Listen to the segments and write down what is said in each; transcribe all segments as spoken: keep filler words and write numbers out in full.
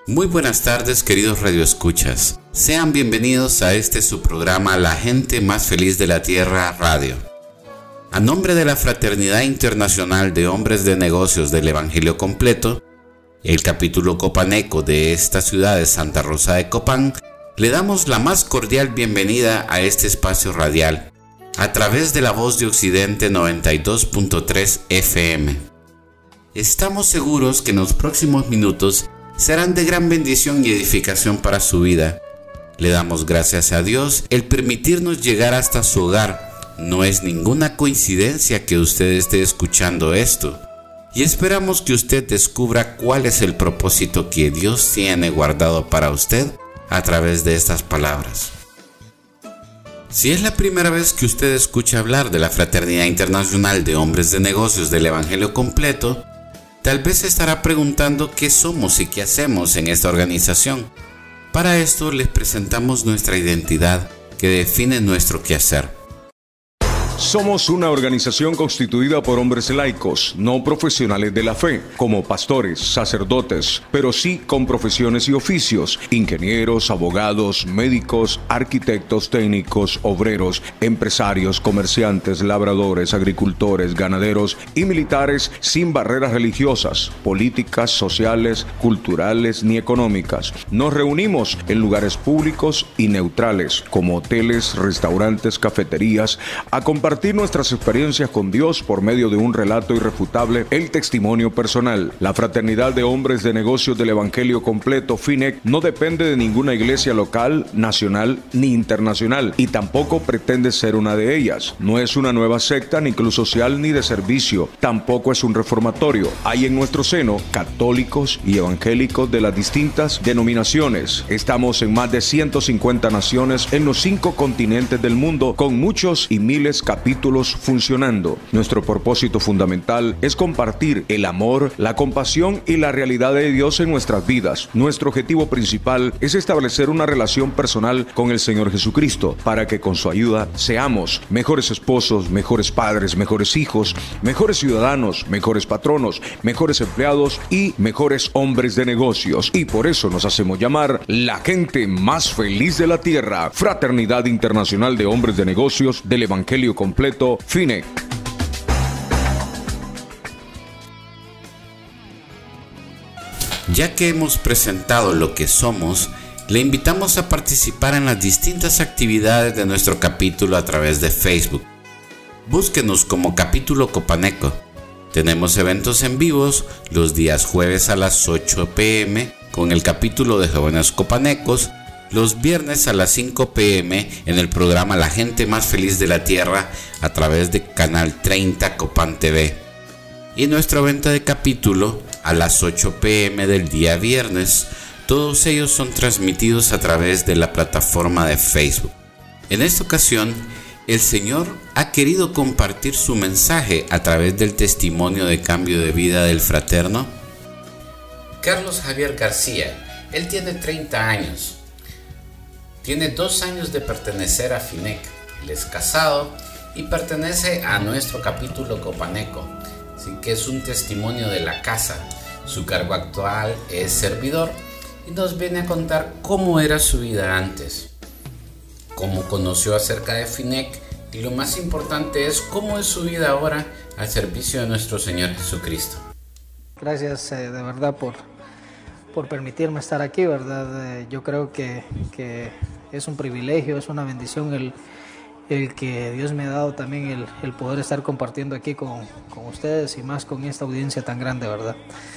Muy buenas tardes, queridos radioescuchas. Sean bienvenidos a este su programa La Gente Más Feliz de la Tierra Radio. A nombre de la Fraternidad Internacional de Hombres de Negocios del Evangelio Completo, el capítulo copaneco de esta ciudad de Santa Rosa de Copán, le damos la más cordial bienvenida a este espacio radial a través de la Voz de Occidente noventa y dos punto tres F M. Estamos seguros que en los próximos minutos serán de gran bendición y edificación para su vida. Le damos gracias a Dios el permitirnos llegar hasta su hogar. No es ninguna coincidencia que usted esté escuchando esto. Y esperamos que usted descubra cuál es el propósito que Dios tiene guardado para usted a través de estas palabras. Si es la primera vez que usted escucha hablar de la Fraternidad Internacional de Hombres de Negocios del Evangelio Completo, tal vez se estará preguntando qué somos y qué hacemos en esta organización. Para esto les presentamos nuestra identidad que define nuestro quehacer. Somos una organización constituida por hombres laicos, no profesionales de la fe, como pastores, sacerdotes, pero sí con profesiones y oficios, ingenieros, abogados, médicos, arquitectos, técnicos, obreros, empresarios, comerciantes, labradores, agricultores, ganaderos y militares sin barreras religiosas, políticas, sociales, culturales ni económicas. Nos reunimos en lugares públicos y neutrales, como hoteles, restaurantes, cafeterías, a compartir Compartir nuestras experiencias con Dios por medio de un relato irrefutable, el testimonio personal. La Fraternidad de Hombres de Negocios del Evangelio Completo, F I N E C, no depende de ninguna iglesia local, nacional ni internacional y tampoco pretende ser una de ellas. No es una nueva secta ni club social ni de servicio, tampoco es un reformatorio. Hay en nuestro seno católicos y evangélicos de las distintas denominaciones. Estamos en más de ciento cincuenta naciones en los cinco continentes del mundo con muchos y miles de capítulos funcionando. Nuestro propósito fundamental es compartir el amor, la compasión y la realidad de Dios en nuestras vidas. Nuestro objetivo principal es establecer una relación personal con el Señor Jesucristo para que con su ayuda seamos mejores esposos, mejores padres, mejores hijos, mejores ciudadanos, mejores patronos, mejores empleados y mejores hombres de negocios. Y por eso nos hacemos llamar la gente más feliz de la tierra, Fraternidad Internacional de Hombres de Negocios del Evangelio Completo, F I N E C. Ya que hemos presentado lo que somos, le invitamos a participar en las distintas actividades de nuestro capítulo a través de Facebook. Búsquenos como Capítulo Copaneco. Tenemos eventos en vivos los días jueves a las ocho pe eme con el capítulo de Jóvenes Copanecos, los viernes a las cinco pe eme en el programa La Gente Más Feliz de la Tierra a través de Canal treinta Copán T V, y nuestra venta de capítulo a las ocho pe eme del día viernes. Todos ellos son transmitidos a través de la plataforma de Facebook. En esta ocasión, el Señor ha querido compartir su mensaje a través del testimonio de cambio de vida del fraterno Carlos Javier García. Él tiene treinta años. Tiene dos años de pertenecer a F I N E C. Él es casado y pertenece a nuestro capítulo copaneco, así que es un testimonio de la casa. Su cargo actual es servidor y nos viene a contar cómo era su vida antes, cómo conoció acerca de F I N E C y lo más importante es cómo es su vida ahora al servicio de nuestro Señor Jesucristo. Gracias eh, de verdad por, por permitirme estar aquí, ¿verdad? Eh, yo creo que, que es un privilegio, es una bendición el, el que Dios me ha dado también el, el poder estar compartiendo aquí con, con ustedes y más con esta audiencia tan grande, ¿verdad?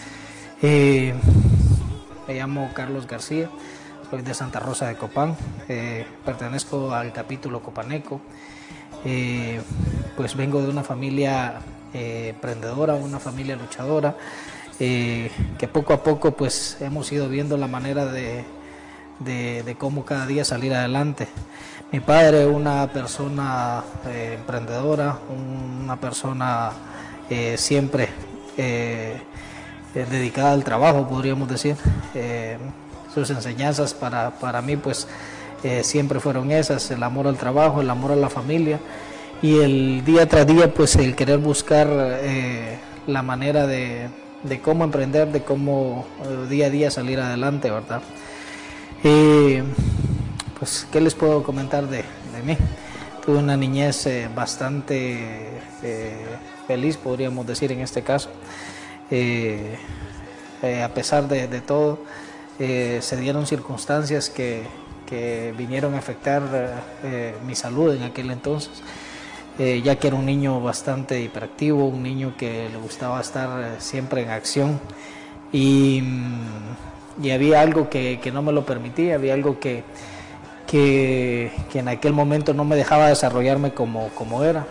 Eh, me llamo Carlos García, soy de Santa Rosa de Copán, eh, pertenezco al capítulo copaneco, eh, pues vengo de una familia eh, emprendedora, una familia luchadora, eh, que poco a poco pues hemos ido viendo la manera de De, de cómo cada día salir adelante. Mi padre, una persona eh, emprendedora, una persona eh, siempre eh, eh, dedicada al trabajo, podríamos decir. Eh, sus enseñanzas para, para mí pues eh, siempre fueron esas: el amor al trabajo, el amor a la familia y el día tras día pues el querer buscar eh, la manera de, de cómo emprender, de cómo eh, día a día salir adelante, ¿verdad? Eh, pues, ¿qué les puedo comentar de, de mí? Tuve una niñez eh, bastante eh, feliz, podríamos decir en este caso. Eh, eh, a pesar de, de todo, eh, se dieron circunstancias que, que vinieron a afectar eh, mi salud en aquel entonces, eh, ya que era un niño bastante hiperactivo, un niño que le gustaba estar eh, siempre en acción, y, y había algo que, que no me lo permitía, había algo que, que, que en aquel momento no me dejaba desarrollarme como, como era.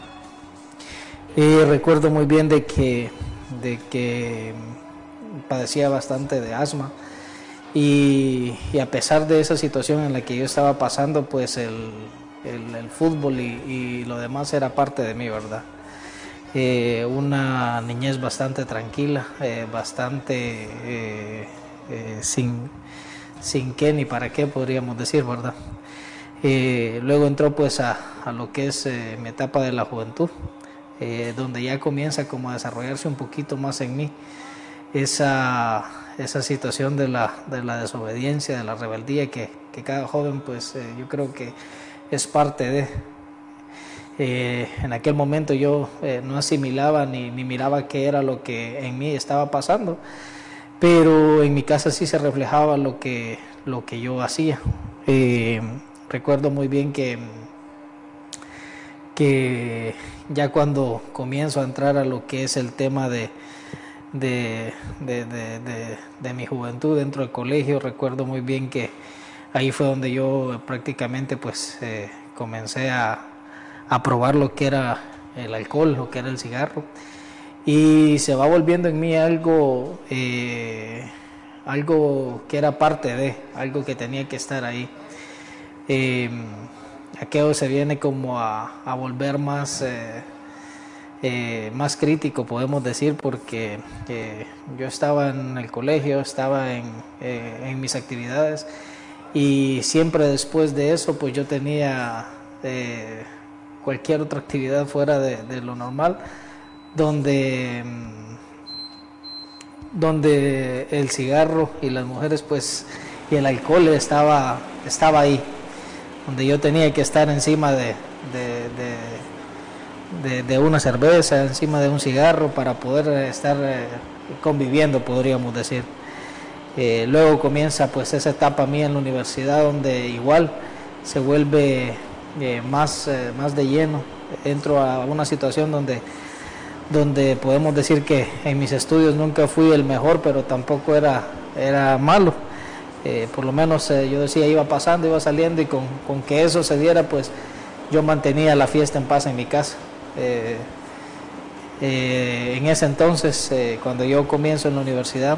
Y recuerdo muy bien de que, de que padecía bastante de asma, y, y a pesar de esa situación en la que yo estaba pasando, pues el, el, el fútbol y, y lo demás era parte de mí, ¿verdad? Eh, una niñez bastante tranquila, eh, bastante eh, eh, sin, sin qué ni para qué, podríamos decir, ¿verdad? Eh, luego entró pues a, a lo que es eh, mi etapa de la juventud, eh, donde ya comienza como a desarrollarse un poquito más en mí esa, esa situación de la, de la desobediencia, de la rebeldía que, que cada joven pues eh, yo creo que es parte de. Eh, en aquel momento yo eh, no asimilaba ni, ni miraba qué era lo que en mí estaba pasando, pero en mi casa sí se reflejaba lo que, lo que yo hacía. Eh, recuerdo muy bien que, que ya cuando comienzo a entrar a lo que es el tema de, de, de, de, de, de mi juventud dentro del colegio, recuerdo muy bien que ahí fue donde yo prácticamente pues eh, comencé a, a probar lo que era el alcohol, lo que era el cigarro, y se va volviendo en mí algo, eh, algo que era parte de, algo que tenía que estar ahí. Eh, aquello se viene como a, a volver más, eh, eh, más crítico, podemos decir, porque eh, yo estaba en el colegio, estaba en, eh, en mis actividades, y siempre después de eso pues yo tenía eh, cualquier otra actividad fuera de, de lo normal, donde, donde el cigarro y las mujeres pues y el alcohol estaba, estaba ahí, donde yo tenía que estar encima de, de, de, de, de una cerveza, encima de un cigarro para poder estar eh, conviviendo, podríamos decir. Eh, luego comienza pues esa etapa mía en la universidad, donde igual se vuelve eh, más, eh, más de lleno. Entro a una situación donde, donde podemos decir que en mis estudios nunca fui el mejor, pero tampoco era, era malo. Eh, por lo menos eh, yo decía, iba pasando, iba saliendo, y con, con que eso se diera, pues yo mantenía la fiesta en paz en mi casa. Eh, eh, en ese entonces, eh, cuando yo comienzo en la universidad,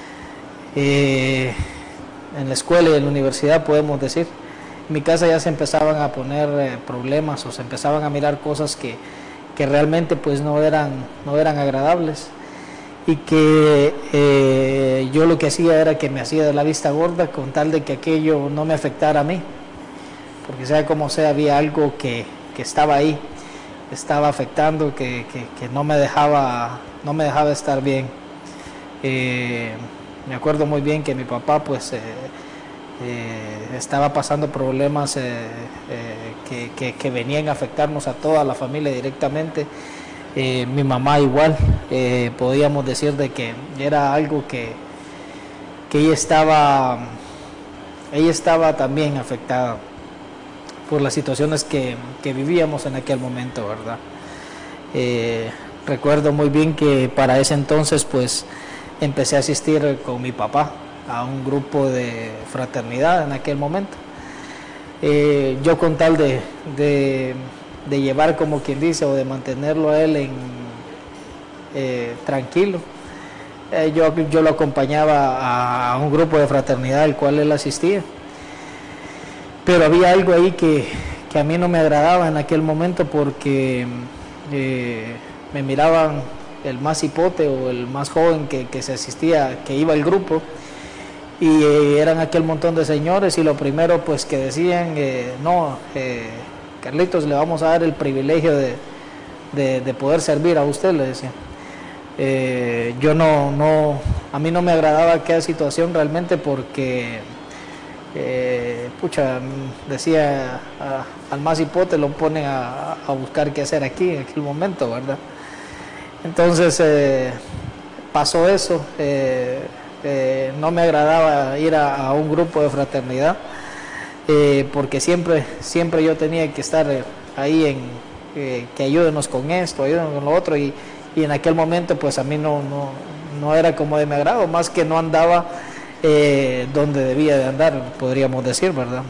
Eh, en la escuela y en la universidad, podemos decir, en mi casa ya se empezaban a poner eh, problemas, o se empezaban a mirar cosas que, que realmente pues no eran, no eran agradables, y que eh, yo lo que hacía era que me hacía de la vista gorda con tal de que aquello no me afectara a mí, porque sea como sea, había algo que, que estaba ahí, estaba afectando, que, que, que no me dejaba, no me dejaba estar bien. Eh, Me acuerdo muy bien que mi papá pues eh, eh, estaba pasando problemas eh, eh, que, que, que venían a afectarnos a toda la familia directamente. Eh, mi mamá igual, eh, podíamos decir de que era algo que, que ella estaba, ella estaba también afectada por las situaciones que, que vivíamos en aquel momento, ¿verdad? Eh, recuerdo muy bien que para ese entonces pues empecé a asistir con mi papá a un grupo de fraternidad en aquel momento. Eh, yo con tal de, de, de llevar, como quien dice, o de mantenerlo a él en, eh, tranquilo, eh, yo, yo lo acompañaba a, a un grupo de fraternidad al cual él asistía. Pero había algo ahí que, que a mí no me agradaba en aquel momento, porque eh, me miraban el más hipote o el más joven que, que se asistía, que iba al grupo, y eh, eran aquel montón de señores, y lo primero pues que decían, eh, no, eh, Carlitos, le vamos a dar el privilegio de, de, de poder servir a usted, le decían. Eh, yo no, no, a mí no me agradaba aquella situación realmente porque, eh, pucha, decía, a, al más hipote lo ponen a, a buscar qué hacer aquí en aquel momento, ¿verdad? Entonces eh, pasó eso, eh, eh, no me agradaba ir a, a un grupo de fraternidad, eh, porque siempre, siempre yo tenía que estar ahí en, eh, que ayúdenos con esto, ayúdenos con lo otro, y y en aquel momento pues a mí no, no, no era como de mi agrado, más que no andaba eh, donde debía de andar, podríamos decir, ¿verdad?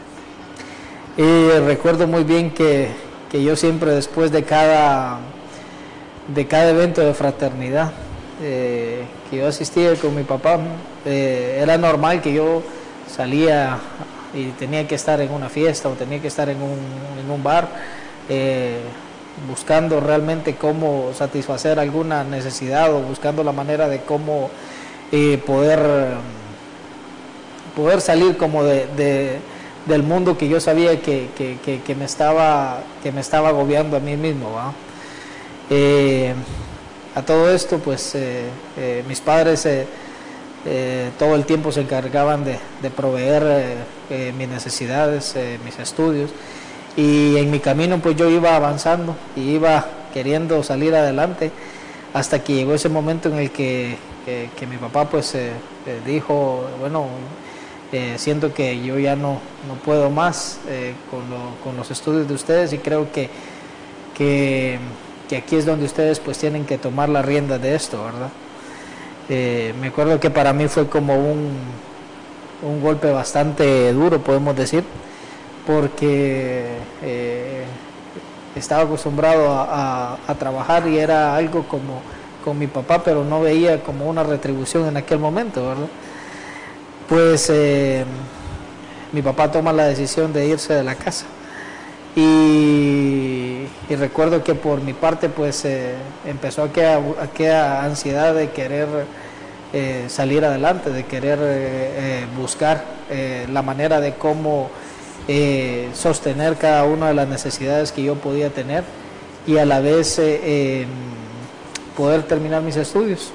Y recuerdo muy bien que, que yo siempre después de cada, de cada evento de fraternidad eh, que yo asistía con mi papá, eh, era normal que yo salía y tenía que estar en una fiesta o tenía que estar en un, en un bar, eh, buscando realmente cómo satisfacer alguna necesidad o buscando la manera de cómo eh, poder, poder salir como de, de, del mundo que yo sabía que, que, que, que, me, estaba, que me estaba agobiando a mí mismo, ¿va? Eh, a todo esto pues eh, eh, mis padres eh, eh, todo el tiempo se encargaban de, de proveer eh, eh, mis necesidades, eh, mis estudios. Y en mi camino pues yo iba avanzando y iba queriendo salir adelante hasta que llegó ese momento en el que, que, que mi papá pues eh, eh, dijo, bueno, eh, siento que yo ya no, no puedo más eh, con, lo, con los estudios de ustedes y creo que, que, que aquí es donde ustedes pues tienen que tomar la rienda de esto, ¿verdad? Eh, me acuerdo que para mí fue como un, un golpe bastante duro, podemos decir, porque eh, estaba acostumbrado a, a, a trabajar y era algo como con mi papá, pero no veía como una retribución en aquel momento, ¿verdad? Pues eh, mi papá toma la decisión de irse de la casa y, y recuerdo que por mi parte pues eh, empezó aquella, aquella ansiedad de querer eh, salir adelante, de querer eh, eh, buscar eh, la manera de cómo Eh, sostener cada una de las necesidades que yo podía tener y a la vez eh, eh, poder terminar mis estudios.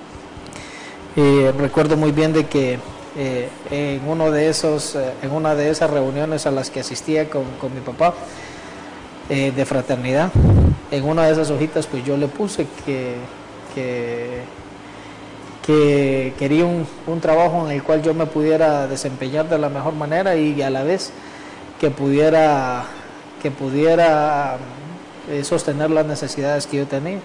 Eh, recuerdo muy bien de que eh, en uno de esos, eh, en una de esas reuniones a las que asistía con, con mi papá eh, de fraternidad, en una de esas hojitas pues yo le puse que, que, que quería un, un trabajo en el cual yo me pudiera desempeñar de la mejor manera y a la vez que pudiera, que pudiera eh, sostener las necesidades que yo tenía.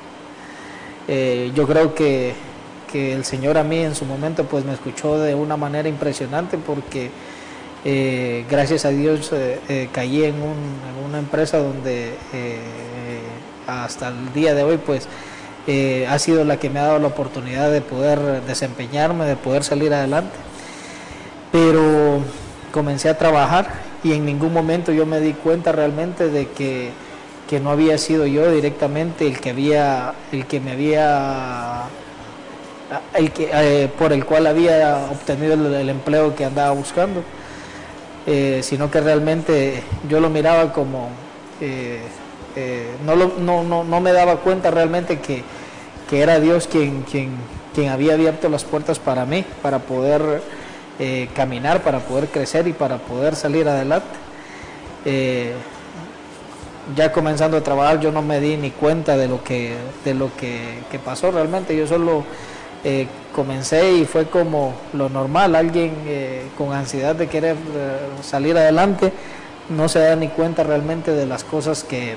Eh, yo creo que, que el Señor a mí en su momento pues me escuchó de una manera impresionante porque eh, gracias a Dios eh, eh, caí en, un, en una empresa donde eh, hasta el día de hoy pues eh, ha sido la que me ha dado la oportunidad de poder desempeñarme, de poder salir adelante. Pero comencé a trabajar y en ningún momento yo me di cuenta realmente de que, que no había sido yo directamente el que había, el que me había, el que eh, por el cual había obtenido el, el empleo que andaba buscando, eh, sino que realmente yo lo miraba como eh, eh, no, lo, no, no, no me daba cuenta realmente que, que era Dios quien, quien, quien había abierto las puertas para mí, para poder Eh, caminar, para poder crecer y para poder salir adelante. Eh, ya comenzando a trabajar yo no me di ni cuenta de lo que, de lo que, que pasó realmente, yo solo eh, comencé y fue como lo normal, alguien eh, con ansiedad de querer eh, salir adelante no se da ni cuenta realmente de las cosas que,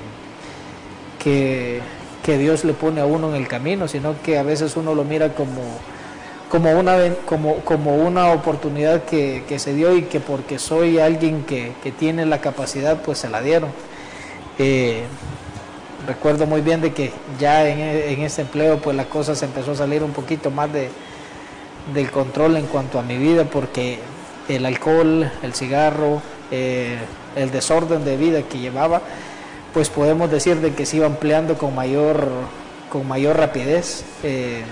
que, que Dios le pone a uno en el camino, sino que a veces uno lo mira como como una, como, como una oportunidad que, que se dio y que porque soy alguien que, que tiene la capacidad, pues se la dieron. Eh, recuerdo muy bien de que ya en, en este empleo, pues la cosa se empezó a salir un poquito más de, del control en cuanto a mi vida, porque el alcohol, el cigarro, eh, el desorden de vida que llevaba, pues podemos decir de que se iba ampliando con mayor, con mayor rapidez. Eh,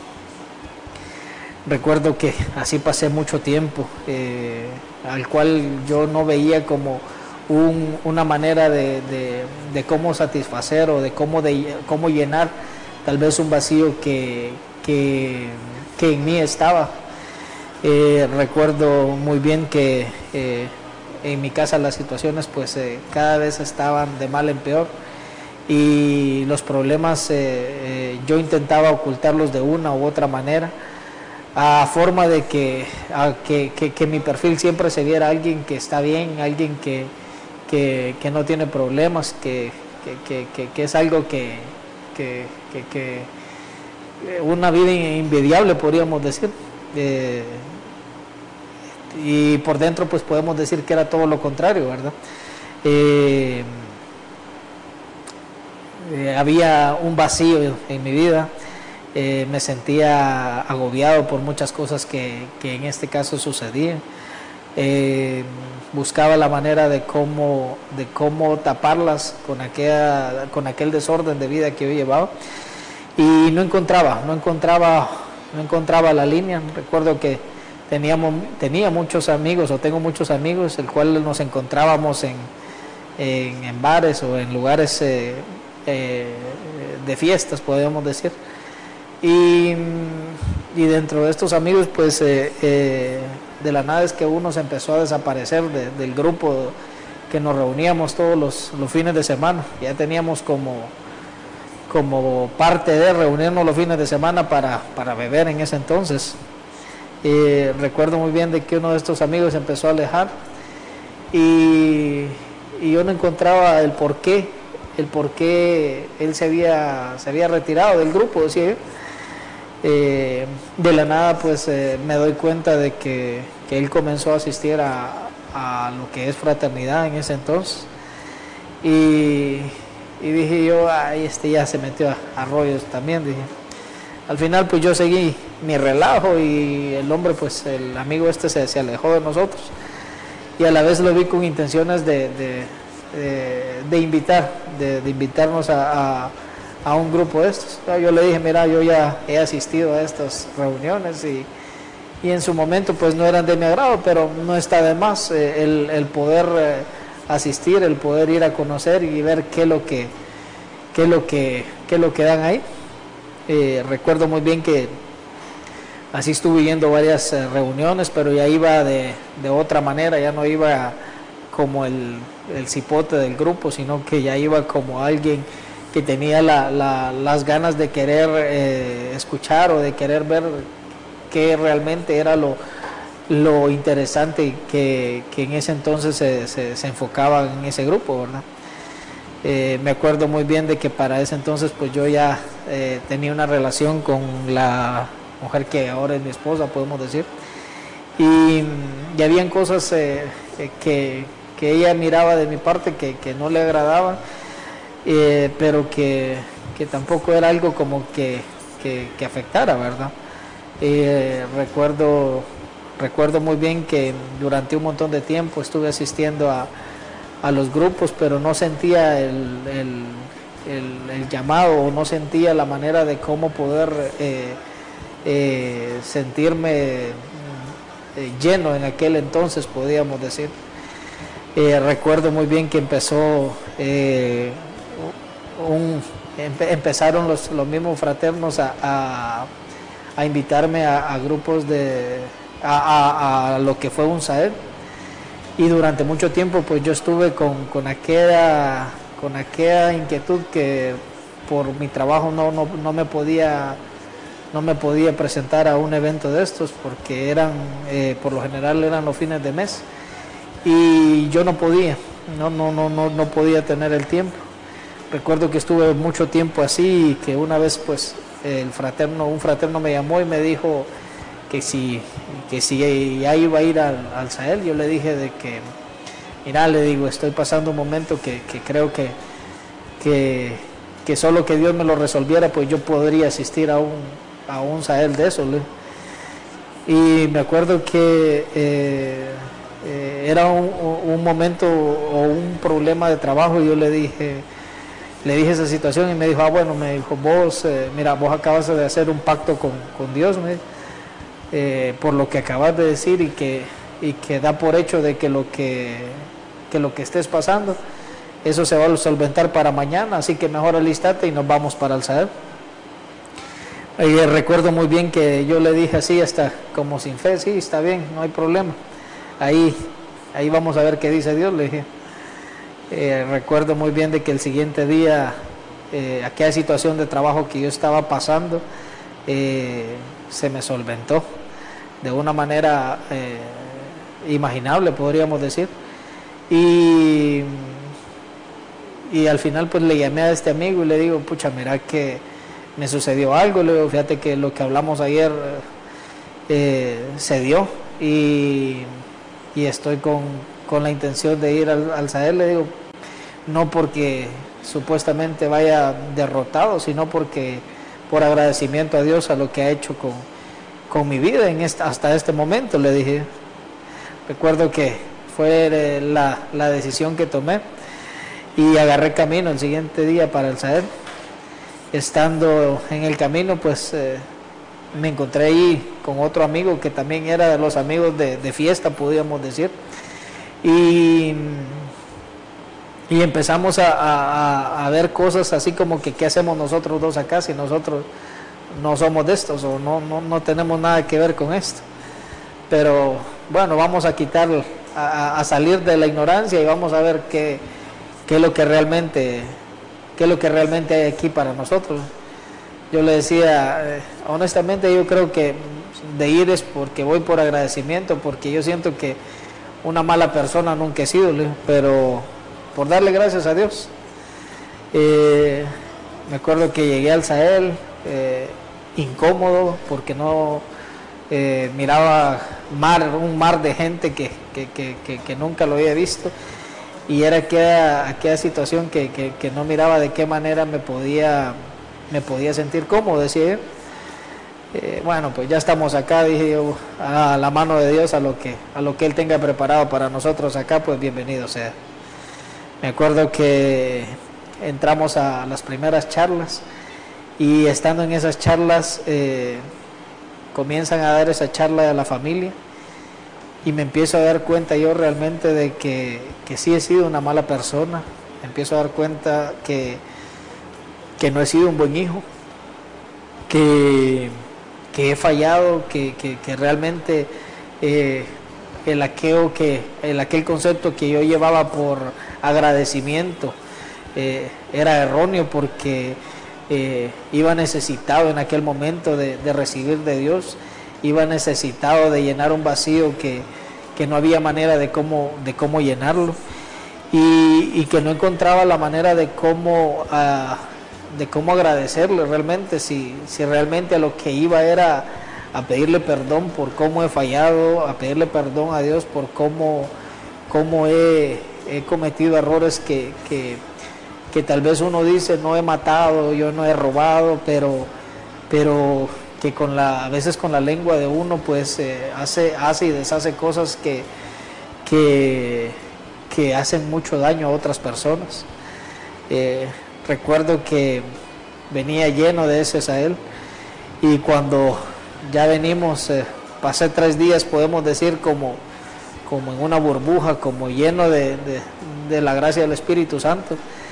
Recuerdo que así pasé mucho tiempo, eh, al cual yo no veía como un, una manera de, de, de cómo satisfacer o de cómo, de cómo llenar tal vez un vacío que, que, que en mí estaba. Eh, recuerdo muy bien que eh, en mi casa las situaciones pues eh, cada vez estaban de mal en peor, y los problemas eh, eh, yo intentaba ocultarlos de una u otra manera, a forma de que, a que, que, que mi perfil siempre se viera alguien que está bien, alguien que, que, que no tiene problemas, que, que, que, que es algo que, que, que, que una vida envidiable, podríamos decir. Eh, y por dentro pues podemos decir que era todo lo contrario, ¿verdad? Eh, eh, había un vacío en mi vida. Eh, me sentía agobiado por muchas cosas que, que en este caso sucedían. Eh, buscaba la manera de cómo, de cómo taparlas con, aquella, con aquel desorden de vida que yo llevaba, y no encontraba, no encontraba, no encontraba la línea. Recuerdo que teníamos, tenía muchos amigos, o tengo muchos amigos, el cual nos encontrábamos en, en, en bares o en lugares eh, eh, de fiestas, podríamos decir. Y, y dentro de estos amigos pues eh, eh, de la nada es que uno se empezó a desaparecer de, del grupo que nos reuníamos todos los, los fines de semana. Ya teníamos como, como parte de reunirnos los fines de semana para, para beber en ese entonces. Eh, recuerdo muy bien de que uno de estos amigos se empezó a alejar, y, y yo no encontraba el por qué, el por qué él se había, se había retirado del grupo, decía yo. Eh, de la nada pues eh, me doy cuenta de que, que él comenzó a asistir a, a lo que es fraternidad en ese entonces, y, y dije yo, ay, este ya se metió a, a rollos también, dije. Al final pues yo seguí mi relajo, y el hombre pues el amigo este se, se alejó de nosotros, y a la vez lo vi con intenciones de, de, de, de invitar, de, de invitarnos a, a a un grupo de estos. Yo le dije, mira, yo ya he asistido a estas reuniones, y, y en su momento pues no eran de mi agrado, pero no está de más eh, el, el poder eh, asistir, el poder ir a conocer y ver qué es lo que, qué es lo que, qué es lo que dan ahí. Eh, recuerdo muy bien que así estuve yendo varias eh, reuniones, pero ya iba de, de otra manera, ya no iba como el, el cipote del grupo, sino que ya iba como alguien que tenía la, la, las ganas de querer eh, escuchar, o de querer ver qué realmente era lo, lo interesante que, que en ese entonces se, se, se enfocaba en ese grupo, ¿verdad? Eh, me acuerdo muy bien de que para ese entonces pues yo ya eh, tenía una relación con la mujer que ahora es mi esposa, podemos decir, y, y habían cosas eh, que, que ella miraba de mi parte que, que no le agradaban. Eh, pero que, que tampoco era algo como que, que, que afectara, ¿verdad? Eh, recuerdo, recuerdo muy bien que durante un montón de tiempo estuve asistiendo a, a los grupos, pero no sentía el, el, el, el llamado, o no sentía la manera de cómo poder eh, eh, sentirme eh, lleno en aquel entonces, podríamos decir. Eh, recuerdo muy bien que empezó... Eh, Un, empe, empezaron los, los mismos fraternos a, a, a invitarme a, a grupos de a, a, a lo que fue un SAED, y durante mucho tiempo pues yo estuve con, con aquella con aquella inquietud que por mi trabajo no, no, no me podía no me podía presentar a un evento de estos, porque eran eh, por lo general eran los fines de mes, y yo no podía no no no no, no podía tener el tiempo. Recuerdo que estuve mucho tiempo así, y que una vez pues el fraterno, un fraterno me llamó y me dijo que si, que si ya iba a ir al, al SAEL. Yo le dije de que, mira, le digo, estoy pasando un momento que, que creo que, que, que solo que Dios me lo resolviera, pues yo podría asistir a un, a un SAEL de eso. ¿Le? Y me acuerdo que eh, eh, era un, un momento o un problema de trabajo, y yo le dije... Le dije esa situación, y me dijo, ah, bueno, me dijo, vos, eh, mira, vos acabas de hacer un pacto con, con Dios, me dijo, eh, por lo que acabas de decir, y que, y que da por hecho de que lo que, que lo que estés pasando, eso se va a solventar para mañana, así que mejor alístate y nos vamos para el SAED. Y recuerdo muy bien que yo le dije así, hasta como sin fe, sí, está bien, no hay problema. Ahí, ahí vamos a ver qué dice Dios, le dije. Eh, recuerdo muy bien de que el siguiente día, eh, aquella situación de trabajo que yo estaba pasando, eh, se me solventó de una manera eh, imaginable, podríamos decir. Y, y al final pues le llamé a este amigo y le digo, pucha, mira que me sucedió algo, le digo, fíjate que lo que hablamos ayer eh, se dio y, y estoy con, con la intención de ir al, al Sahel, le digo, no porque supuestamente vaya derrotado, sino porque por agradecimiento a Dios a lo que ha hecho con, con mi vida en esta, hasta este momento, le dije. Recuerdo que fue la, la decisión que tomé y agarré camino el siguiente día para el Sahel. Estando en el camino, pues eh, me encontré ahí con otro amigo que también era de los amigos de, de fiesta, podríamos decir, y, y empezamos a, a, a ver cosas así como que qué hacemos nosotros dos acá si nosotros no somos de estos o no, no, no tenemos nada que ver con esto. Pero bueno, vamos a quitar, a, a salir de la ignorancia y vamos a ver qué, qué es lo que realmente... qué es lo que realmente hay aquí para nosotros. Yo le decía, eh, honestamente yo creo que de ir es porque voy por agradecimiento, porque yo siento que una mala persona nunca he sido, pero por darle gracias a Dios. Eh, me acuerdo que llegué al Sahel, eh, incómodo, porque no eh, miraba mar, un mar de gente que, que, que, que, que nunca lo había visto. Y era aquella, aquella situación que, que, que no miraba de qué manera me podía, me podía sentir cómodo, decía yo. Eh, bueno, pues ya estamos acá, dije yo, a la mano de Dios, a lo que, a lo que Él tenga preparado para nosotros acá, pues bienvenido sea. Me acuerdo que entramos a las primeras charlas y estando en esas charlas, eh, comienzan a dar esa charla a la familia. Y me empiezo a dar cuenta yo realmente de que, que sí he sido una mala persona. Me empiezo a dar cuenta que, que no he sido un buen hijo, que, que he fallado, que, que, que realmente eh, el, aquel que, el aquel concepto que yo llevaba por agradecimiento eh, era erróneo, porque eh, iba necesitado en aquel momento de, de recibir de Dios. Iba necesitado de llenar un vacío que, que no había manera de cómo, de cómo llenarlo, y, y que no encontraba la manera de cómo, uh, de cómo agradecerle realmente, si, si realmente a lo que iba era a pedirle perdón por cómo he fallado, a pedirle perdón a Dios por cómo, cómo he, he cometido errores que, que, que tal vez uno dice, no he matado, yo no he robado, pero... pero que con la, a veces con la lengua de uno pues eh, hace, hace y deshace cosas que, que, que hacen mucho daño a otras personas. Eh, recuerdo que venía lleno de ese Sahel, y cuando ya venimos, eh, pasé tres días, podemos decir, como, como en una burbuja, como lleno de, de, de la gracia del Espíritu Santo.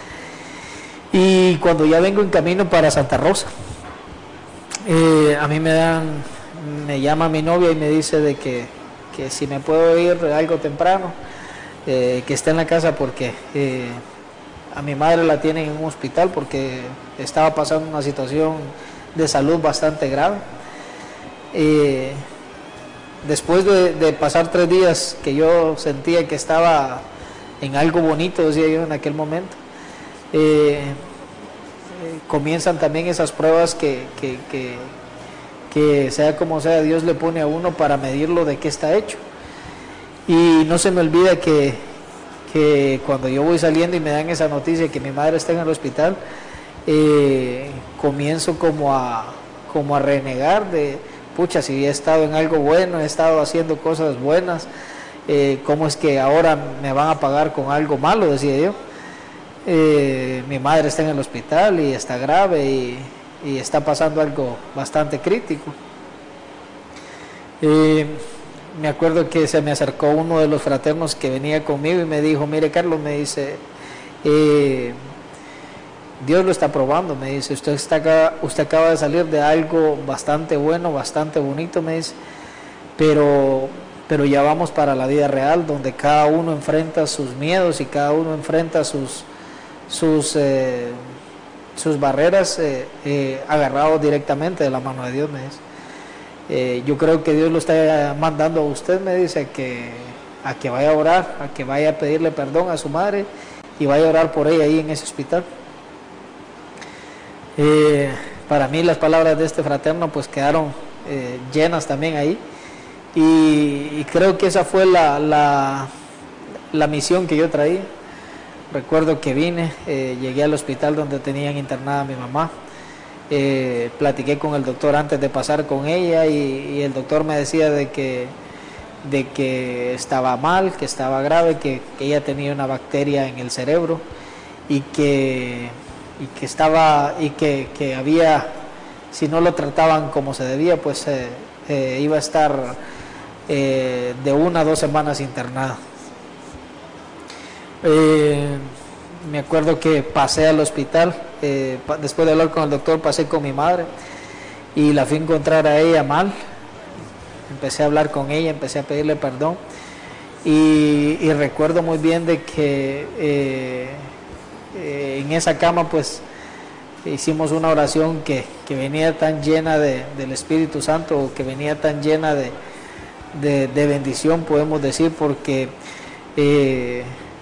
Y cuando ya vengo en camino para Santa Rosa, Eh, a mí me dan, me llama mi novia y me dice de que, que si me puedo ir algo temprano, eh, que esté en la casa, porque eh, a mi madre la tienen en un hospital porque estaba pasando una situación de salud bastante grave. Eh, después de, de pasar tres días que yo sentía que estaba en algo bonito, decía yo en aquel momento, eh, comienzan también esas pruebas que, que, que, que sea como sea, Dios le pone a uno para medirlo de qué está hecho. Y no se me olvida que, que cuando yo voy saliendo y me dan esa noticia que mi madre está en el hospital, eh, comienzo como a, como a renegar de, pucha, si he estado en algo bueno, he estado haciendo cosas buenas, eh, ¿cómo es que ahora me van a pagar con algo malo?, decía yo. Eh, mi madre está en el hospital y está grave y, y está pasando algo bastante crítico. Eh, me acuerdo que se me acercó uno de los fraternos que venía conmigo y me dijo, mire Carlos, me dice, eh, Dios lo está probando, me dice, usted, está, usted acaba de salir de algo bastante bueno, bastante bonito, me dice, pero, pero ya vamos para la vida real, donde cada uno enfrenta sus miedos y cada uno enfrenta sus, sus, eh, sus barreras eh, eh, agarrados directamente de la mano de Dios, me dice. Eh, yo creo que Dios lo está mandando a usted, me dice, que, a que vaya a orar, a que vaya a pedirle perdón a su madre y vaya a orar por ella ahí en ese hospital. Eh, para mí las palabras de este fraterno pues quedaron eh, llenas también ahí y, y creo que esa fue la, la, la misión que yo traía. Recuerdo que vine, eh, llegué al hospital donde tenían internada a mi mamá, eh, platiqué con el doctor antes de pasar con ella y, y el doctor me decía de que, de que estaba mal, que estaba grave, que, que ella tenía una bacteria en el cerebro y que y que estaba y que, que había, si no lo trataban como se debía, pues eh, eh, iba a estar eh, de una a dos semanas internada. Eh, me acuerdo que pasé al hospital, eh, después de hablar con el doctor pasé con mi madre y la fui a encontrar a ella mal, empecé a hablar con ella, empecé a pedirle perdón y, y recuerdo muy bien de que eh, Eh, en esa cama pues hicimos una oración que, que venía tan llena de, del Espíritu Santo, que venía tan llena de, de, de bendición, podemos decir, porque eh,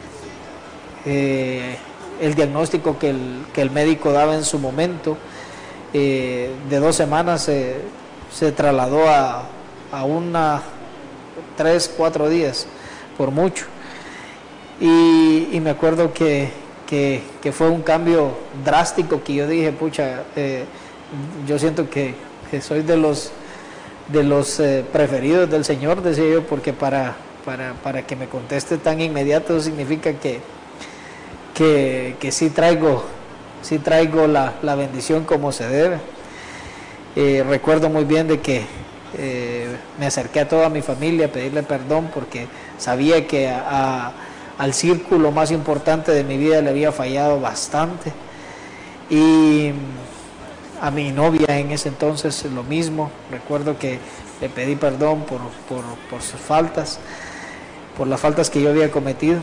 eh, el diagnóstico que el, que el médico daba en su momento eh, de dos semanas eh, se trasladó a, a una tres, cuatro días por mucho y, y me acuerdo que Que, que fue un cambio drástico que yo dije, pucha, eh, yo siento que, que soy de los de los eh, preferidos del Señor, decía yo, porque para, para, para que me conteste tan inmediato significa que, que, que sí traigo, sí traigo la, la bendición como se debe. Eh, recuerdo muy bien de que eh, me acerqué a toda mi familia a pedirle perdón porque sabía que a, a al círculo más importante de mi vida le había fallado bastante y a mi novia en ese entonces lo mismo. Recuerdo que le pedí perdón por, por, por sus faltas, por las faltas que yo había cometido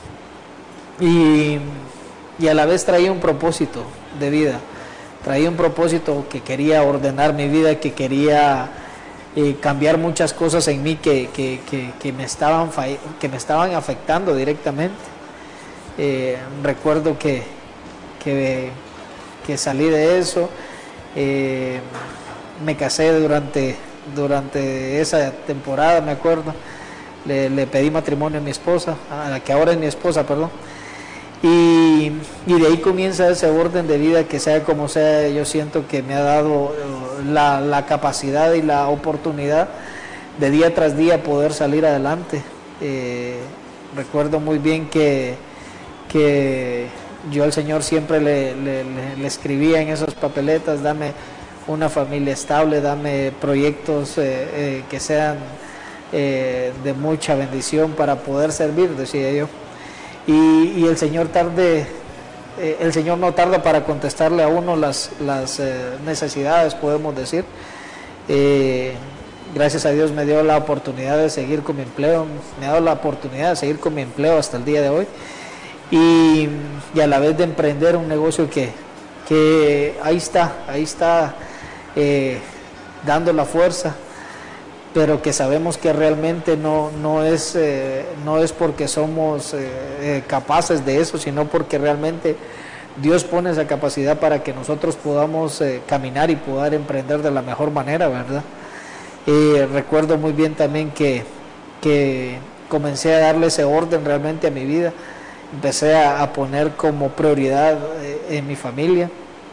y, y a la vez traía un propósito de vida, traía un propósito que quería ordenar mi vida, que quería Eh, cambiar muchas cosas en mí que, que, que, que, me, estaban que me estaban afectando directamente. Eh, recuerdo que, que, que salí de eso, eh, me casé durante, durante esa temporada, me acuerdo, le, le pedí matrimonio a mi esposa, a la que ahora es mi esposa, perdón, y, y de ahí comienza ese orden de vida que sea como sea, yo siento que me ha dado la, la capacidad y la oportunidad de día tras día poder salir adelante. Eh, recuerdo muy bien que, que yo al Señor siempre le, le, le, le escribía en esas papeletas, dame una familia estable, dame proyectos eh, eh, que sean eh, de mucha bendición para poder servir, decía yo. Y, y el Señor tarde, eh, el Señor no tarda para contestarle a uno las, las eh, necesidades, podemos decir. Eh, gracias a Dios me dio la oportunidad de seguir con mi empleo, me ha dado la oportunidad de seguir con mi empleo hasta el día de hoy. Y, y a la vez de emprender un negocio que, que ahí está, ahí está eh, dando la fuerza, pero que sabemos que realmente no, no, es, eh, no es porque somos eh, eh, capaces de eso, sino porque realmente Dios pone esa capacidad para que nosotros podamos eh, caminar y poder emprender de la mejor manera, ¿verdad? Eh, recuerdo muy bien también que, que comencé a darle ese orden realmente a mi vida, empecé a, a poner como prioridad eh, en mi familia.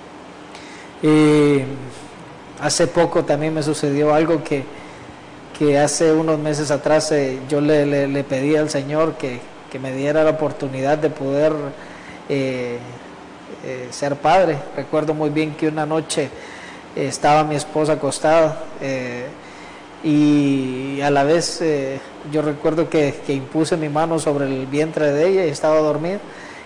Eh, hace poco también me sucedió algo que que hace unos meses atrás eh, yo le, le, le pedí al Señor que, que me diera la oportunidad de poder eh, eh, ser padre. Recuerdo muy bien que una noche eh, estaba mi esposa acostada eh, y a la vez eh, yo recuerdo que, que impuse mi mano sobre el vientre de ella y estaba dormida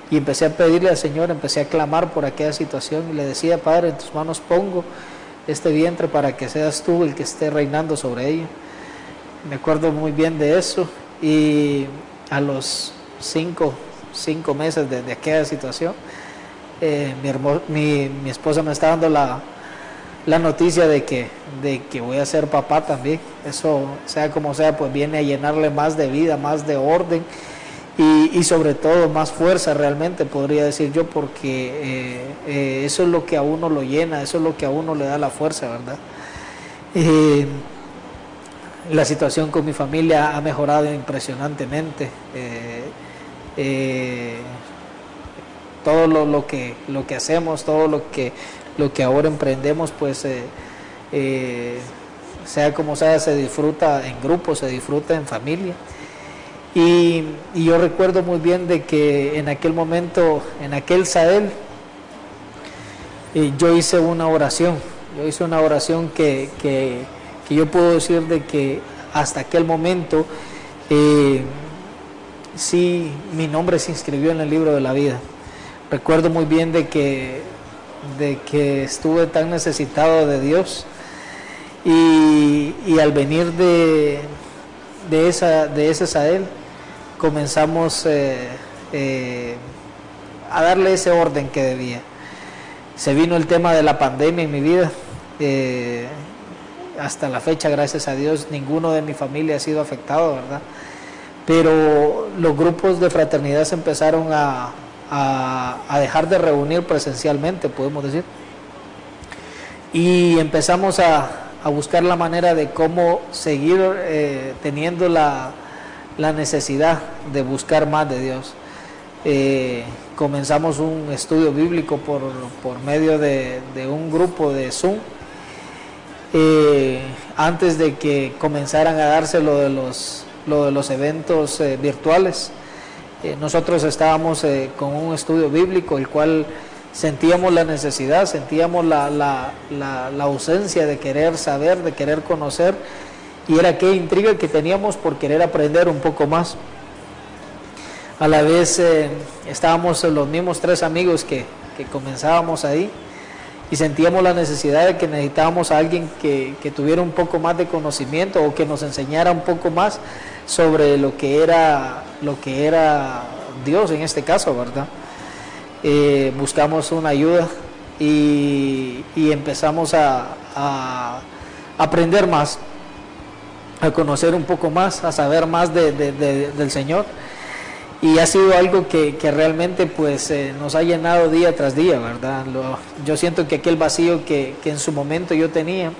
y empecé a pedirle al Señor, empecé a clamar por aquella situación y le decía: Padre, en tus manos pongo este vientre para que seas tú el que esté reinando sobre ella. Me acuerdo muy bien de eso, y a los cinco, cinco meses de, de aquella situación, eh, mi, hermo, mi, mi esposa me está dando la, la noticia de que, de que voy a ser papá también. Eso, sea como sea, pues viene a llenarle más de vida, más de orden y, y sobre todo más fuerza, realmente podría decir yo, porque eh, eh, eso es lo que a uno lo llena, eso es lo que a uno le da la fuerza, ¿verdad? Eh, la situación con mi familia ha mejorado impresionantemente. Eh, eh, todo lo, lo, que, lo que hacemos, todo lo que, lo que ahora emprendemos, pues eh, eh, sea como sea, se disfruta en grupo, se disfruta en familia. Y, y yo recuerdo muy bien de que en aquel momento, en aquel Sahel, eh, yo hice una oración, yo hice una oración que, que, que yo puedo decir de que hasta aquel momento eh, sí, mi nombre se inscribió en el libro de la vida. Recuerdo muy bien de que, de que estuve tan necesitado de Dios, y, y al venir de, de, esa, de ese Sahel, comenzamos eh, eh, a darle ese orden que debía. Se vino el tema de la pandemia en mi vida. Eh, hasta la fecha, gracias a Dios, ninguno de mi familia ha sido afectado, ¿verdad? Pero los grupos de fraternidad se empezaron a, a, a dejar de reunir presencialmente, podemos decir. Y empezamos a, a buscar la manera de cómo seguir eh, teniendo la... la necesidad de buscar más de Dios. Eh, comenzamos un estudio bíblico por, por medio de, de un grupo de Zoom, eh, antes de que comenzaran a darse lo de los, lo de los eventos eh, virtuales. Eh, nosotros estábamos eh, con un estudio bíblico, el cual sentíamos la necesidad, sentíamos la, la, la, la ausencia de querer saber, de querer conocer, y era aquella intriga que teníamos por querer aprender un poco más. A la vez eh, estábamos los mismos tres amigos que, que comenzábamos ahí, y sentíamos la necesidad de que necesitábamos a alguien que, que tuviera un poco más de conocimiento, o que nos enseñara un poco más sobre lo que era, lo que era Dios en este caso, ¿verdad? Eh, buscamos una ayuda y, y empezamos a, a aprender más, a conocer un poco más, a saber más de, de, de, del Señor, y ha sido algo que, que realmente pues eh, nos ha llenado día tras día, ¿verdad? Lo, yo siento que aquel vacío que, que en su momento yo tenía,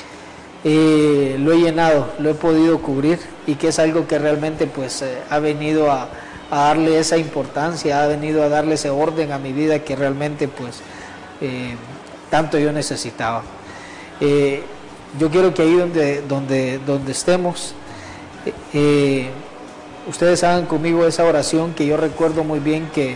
eh, lo he llenado, lo he podido cubrir, y que es algo que realmente pues eh, ha venido a, a darle esa importancia, ha venido a darle ese orden a mi vida que realmente pues eh, tanto yo necesitaba. Eh, Yo quiero que ahí donde, donde, donde estemos, eh, ustedes hagan conmigo esa oración que yo recuerdo muy bien que,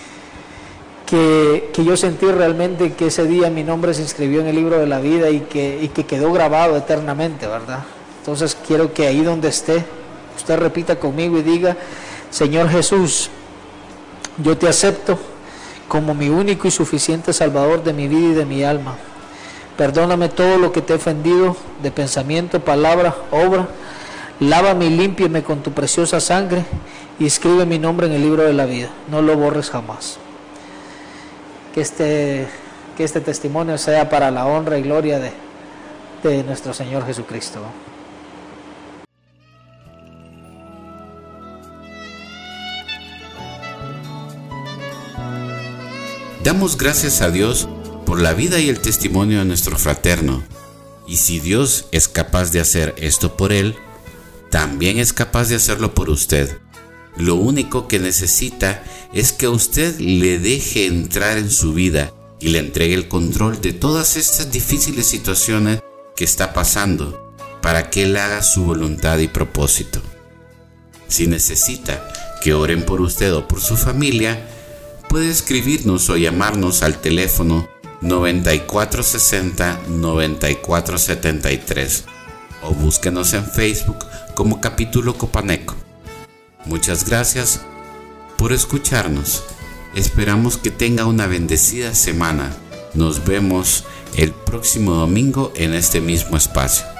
que, que yo sentí realmente que ese día mi nombre se inscribió en el libro de la vida, y que, y que quedó grabado eternamente, ¿verdad? Entonces quiero que ahí donde esté, usted repita conmigo y diga: Señor Jesús, yo te acepto como mi único y suficiente Salvador de mi vida y de mi alma. Perdóname todo lo que te he ofendido de pensamiento, palabra, obra. Lávame y límpiame con tu preciosa sangre, y escribe mi nombre en el libro de la vida. No lo borres jamás. Que este, que este testimonio sea para la honra y gloria de, de nuestro Señor Jesucristo. Damos gracias a Dios por la vida y el testimonio de nuestro fraterno. Y si Dios es capaz de hacer esto por él, también es capaz de hacerlo por usted. Lo único que necesita es que usted le deje entrar en su vida y le entregue el control de todas estas difíciles situaciones que está pasando, para que él haga su voluntad y propósito. Si necesita que oren por usted o por su familia, puede escribirnos o llamarnos al teléfono noventa y cuatro sesenta, noventa y cuatro setenta y tres, o búsquenos en Facebook como Capítulo Copaneco. Muchas gracias por escucharnos Esperamos que tenga una bendecida semana. Nos vemos el próximo domingo en este mismo espacio.